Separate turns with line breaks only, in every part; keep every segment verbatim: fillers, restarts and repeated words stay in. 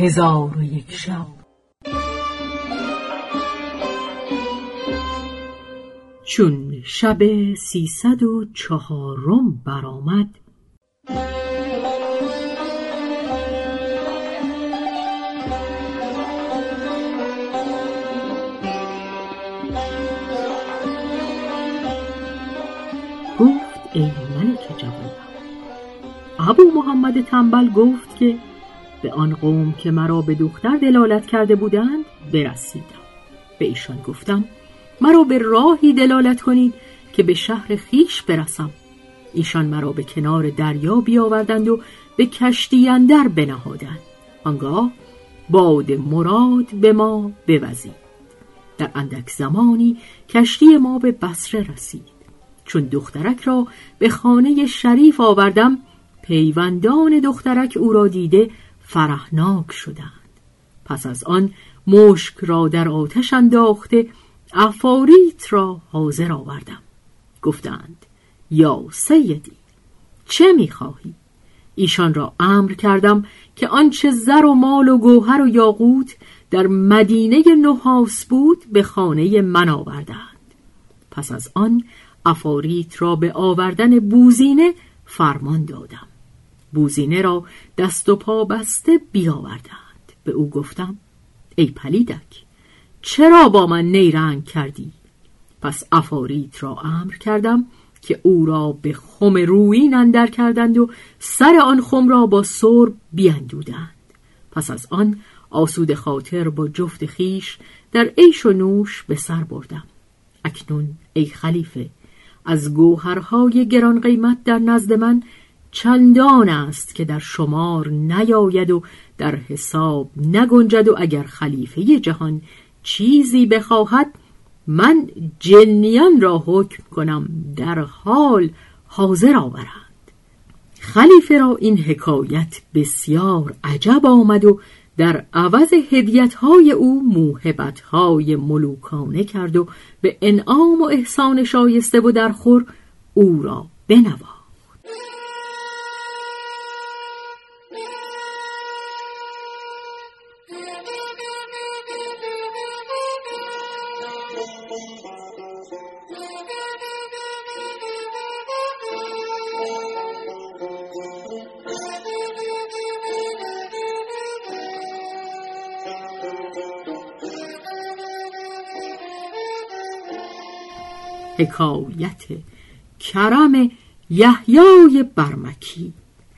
هزار و یک شب.
چون شب سیصد و چهارم برآمد، گفت ای ملک جوان، ابو محمد تنبل گفت که به آن قوم که مرا به دختر دلالت کرده بودند برسیدم. به ایشان گفتم مرا به راهی دلالت کنید که به شهر خیش برسم. ایشان مرا به کنار دریا بیاوردند و به کشتی اندر بنهادند. آنگاه باد مراد به ما بوزید. در اندک زمانی کشتی ما به بصره رسید. چون دخترک را به خانه شریف آوردم، پیوندان دخترک او را دیده فرحناک شدند. پس از آن مشک را در آتش انداخته عفاریت را حاضر آوردم. گفتند یا سیدی چه می‌خواهی؟ ایشان را امر کردم که آنچه زر و مال و گوهر و یاقوت در مدینه نحاس بود به خانه من آوردند. پس از آن عفاریت را به آوردن بوزینه فرمان دادم. بوزینه را دست و پا بسته بیاوردند. به او گفتم ای پلیدک، چرا با من نیرنگ کردی؟ پس عفاریت را امر کردم که او را به خم رویین اندر کردند و سر آن خم را با سرب بیندودند. پس از آن آسود خاطر با جفت خیش در عیش و نوش به سر بردم. اکنون ای خلیفه، از گوهرهای گران قیمت در نزد من چندان است که در شمار نیاید و در حساب نگنجد و اگر خلیفه جهان چیزی بخواهد من جنیان را حکم کنم در حال حاضر آورند. خلیفه را این حکایت بسیار عجب آمد و در عوض هدیت‌های او موهبت‌های ملوکانه کرد و به انعام و احسان شایسته و درخور او را بنواخت. حکایت کرم یحیای برمکی.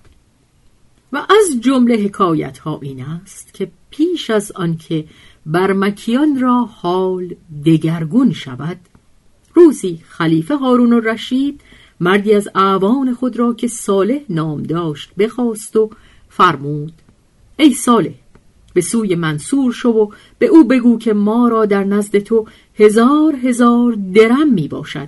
و از جمله حکایت ها این است که پیش از آن که برمکیان را حال دگرگون شود، روزی خلیفه هارون الرشید مردی از اعوان خود را که صالح نام داشت بخواست و فرمود ای صالح، به سوی منصور شو و به او بگو که ما را در نزد تو هزار هزار درم می باشد.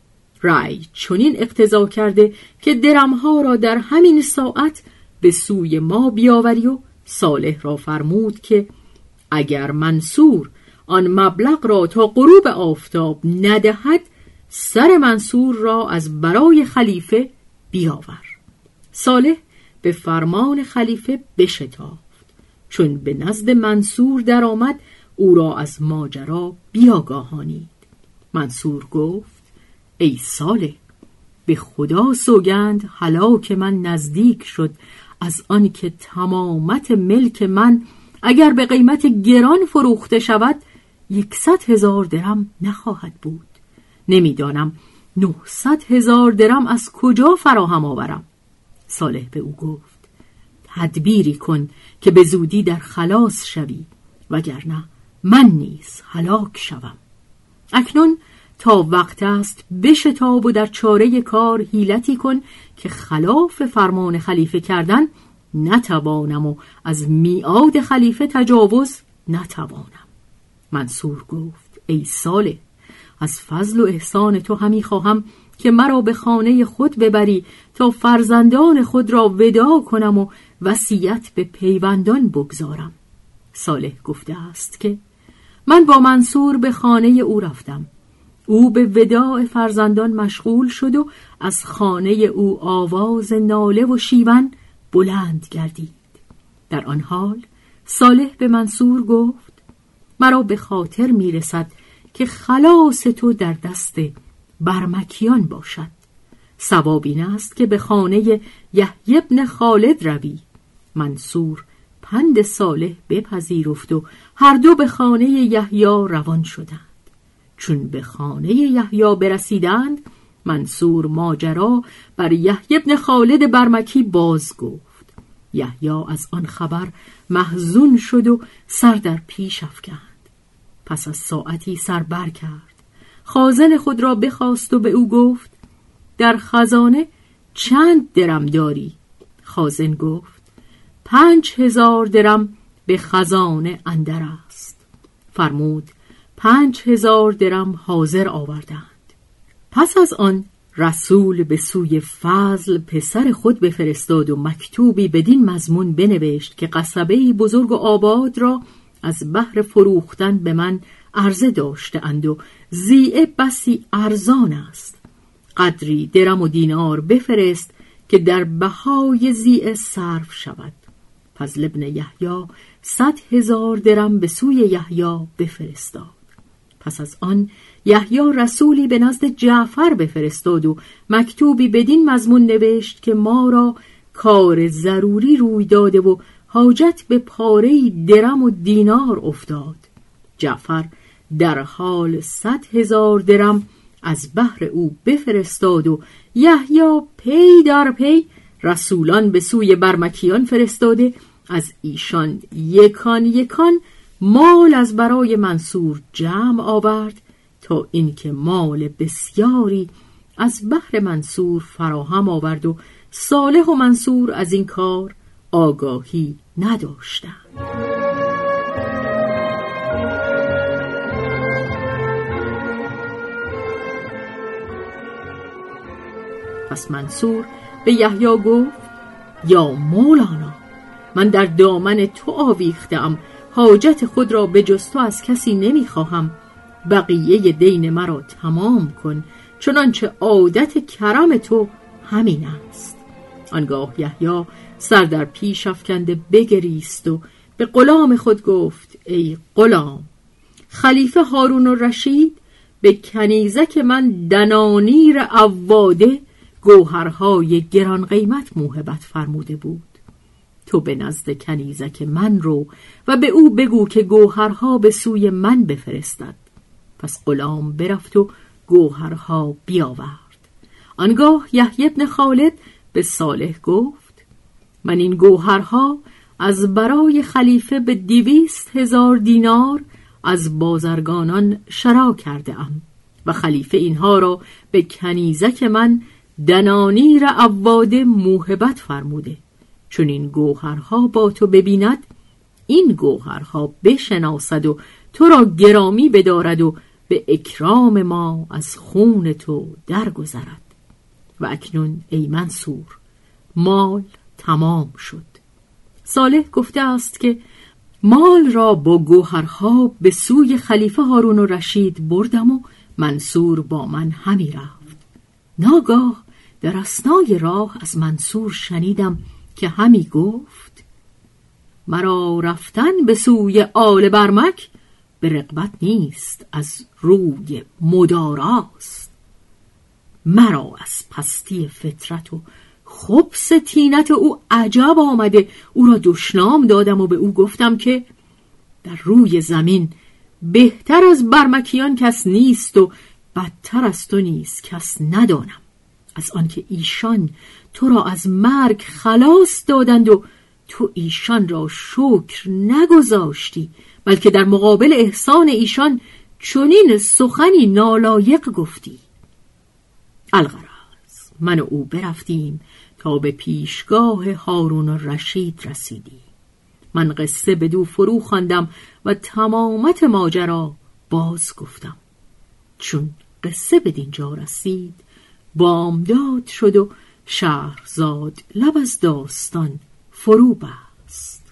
رأی چنین اقتضا کرده که درمها را در همین ساعت به سوی ما بیاوری و صالح را فرمود که اگر منصور آن مبلغ را تا غروب آفتاب ندهد، سر منصور را از برای خلیفه بیاور. صالح به فرمان خلیفه بشتافت. چون به نزد منصور در آمد، او را از ماجرا بیاگاهانید. منصور گفت ای صالح، به خدا سوگند هلاک من نزدیک شد از آن که تمامت ملک من اگر به قیمت گران فروخته شود یکصد هزار درم نخواهد بود. نمیدانم نهصد هزار درم از کجا فراهم آورم. صالح به او گفت تدبیری کن که به زودی در خلاص شوی، وگرنه من نیز هلاک شوم. اکنون تا وقت است بشتاب و در چاره کار حیلتی کن که خلاف فرمان خلیفه کردن نتوانم و از میعاد خلیفه تجاوز نتوانم. منصور گفت ای صالح، از فضل و احسان تو همی خواهم که مرا به خانه خود ببری تا فرزندان خود را وداع کنم و وصیت به پیوندان بگذارم. صالح گفته است که من با منصور به خانه او رفتم. او به وداع فرزندان مشغول شد و از خانه او آواز ناله و شیون بلند گردید. در آن حال صالح به منصور گفت: مرا به خاطر می رسد که خلاص تو در دست برمکیان باشد. صواب این است که به خانه یحیی بن خالد روی. منصور پند صالح بپذیرفت و هر دو به خانه یحیی روان شدند. چون به خانه یحیی برسیدند، منصور ماجرا بر یحیی بن خالد برمکی باز گفت. یحیی از آن خبر محزون شد و سر در پیش افکند. پس از ساعتی سر بر کرد، خازن خود را بخواست و به او گفت: در خزانه چند درم داری؟ خازن گفت: پنج هزار درم به خزانه اندر است. فرمود پنج هزار درم حاضر آوردند. پس از آن رسول به سوی فضل پسر خود بفرستاد و مکتوبی بدین مضمون بنوشت که قصبه‌ای بزرگ و آباد را از بهر فروختن به من عرضه داشته اند و زیعه بسی ارزان است. قدری درم و دینار بفرست که در بهای زیعه صرف شود. فضل ابن یحیی صد هزار درم به سوی یحیی بفرستاد. پس از آن یحیی رسولی به نزد جعفر بفرستاد و مکتوبی بدین مضمون نوشت که ما را کار ضروری روی داده و حاجت به پاره درم و دینار افتاد. جعفر در حال صد هزار درم از بهر او بفرستاد و یحیی پی در پی رسولان به سوی برمکیان فرستاده از ایشان یکان یکان مال از برای منصور جمع آورد تا اینکه مال بسیاری از بهر منصور فراهم آورد و صالح و منصور از این کار آگاهی نداشتند. پس منصور به یحیی گفت: یا مولانا، من در دامن تو آویختم، حاجت خود را به جز تو از کسی نمی خواهم. بقیه دین مرا تمام کن، چنانچه عادت کرم تو همین است. آنگاه یحیی سر در پیش افکنده بگریست و به غلام خود گفت: ای غلام، خلیفه هارون الرشید به کنیزک من دنانیر عواده گوهرهای گران قیمت موهبت فرموده بود. تو به نزد کنیزک من رو و به او بگو که گوهرها به سوی من بفرستد. پس غلام برفت و گوهرها بیاورد. آنگاه یحیی بن خالد به صالح گفت: من این گوهرها از برای خلیفه به دویست هزار دینار از بازرگانان شرا کرده ام و خلیفه اینها را به کنیزک من دنانیر عواده موهبت فرموده. چون این گوهرها با تو ببیند، این گوهرها بشناسد و تو را گرامی بدارد و به اکرام ما از خون تو درگذرد. و اکنون ای منصور، مال تمام شد. صالح گفته است که مال را با گوهرها به سوی خلیفه هارون الرشید بردم و منصور با من همی رفت. ناگاه در اثنای راه از منصور شنیدم که همی گفت: مرا رفتن به سوی آل برمک به رغبت نیست، از روی مداراست. مرا از پستی فطرت و خبث طینت او عجب آمده. او را دشنام دادم و به او گفتم که در روی زمین بهتر از برمکیان کس نیست و بدتر از تو نیز کس ندانم، از آنکه ایشان تو را از مرگ خلاص دادند و تو ایشان را شکر نگذاشتی، بلکه در مقابل احسان ایشان چنین سخنی نالایق گفتی. الغرض من و او برفتیم تا به پیشگاه هارون الرشید رسیدیم. من قصه بدو فرو خواندم و تمامت ماجرا باز گفتم. چون قصه بدینجا رسید، بامداد شد و شهرزاد لب از داستان فرو بست.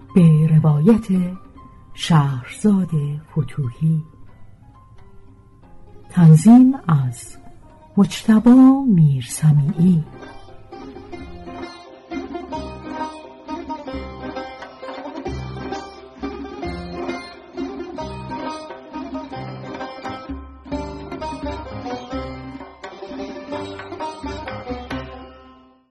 به روایت شهرزاد فتوحی. تنظیم از مجتبی میرسمیعی.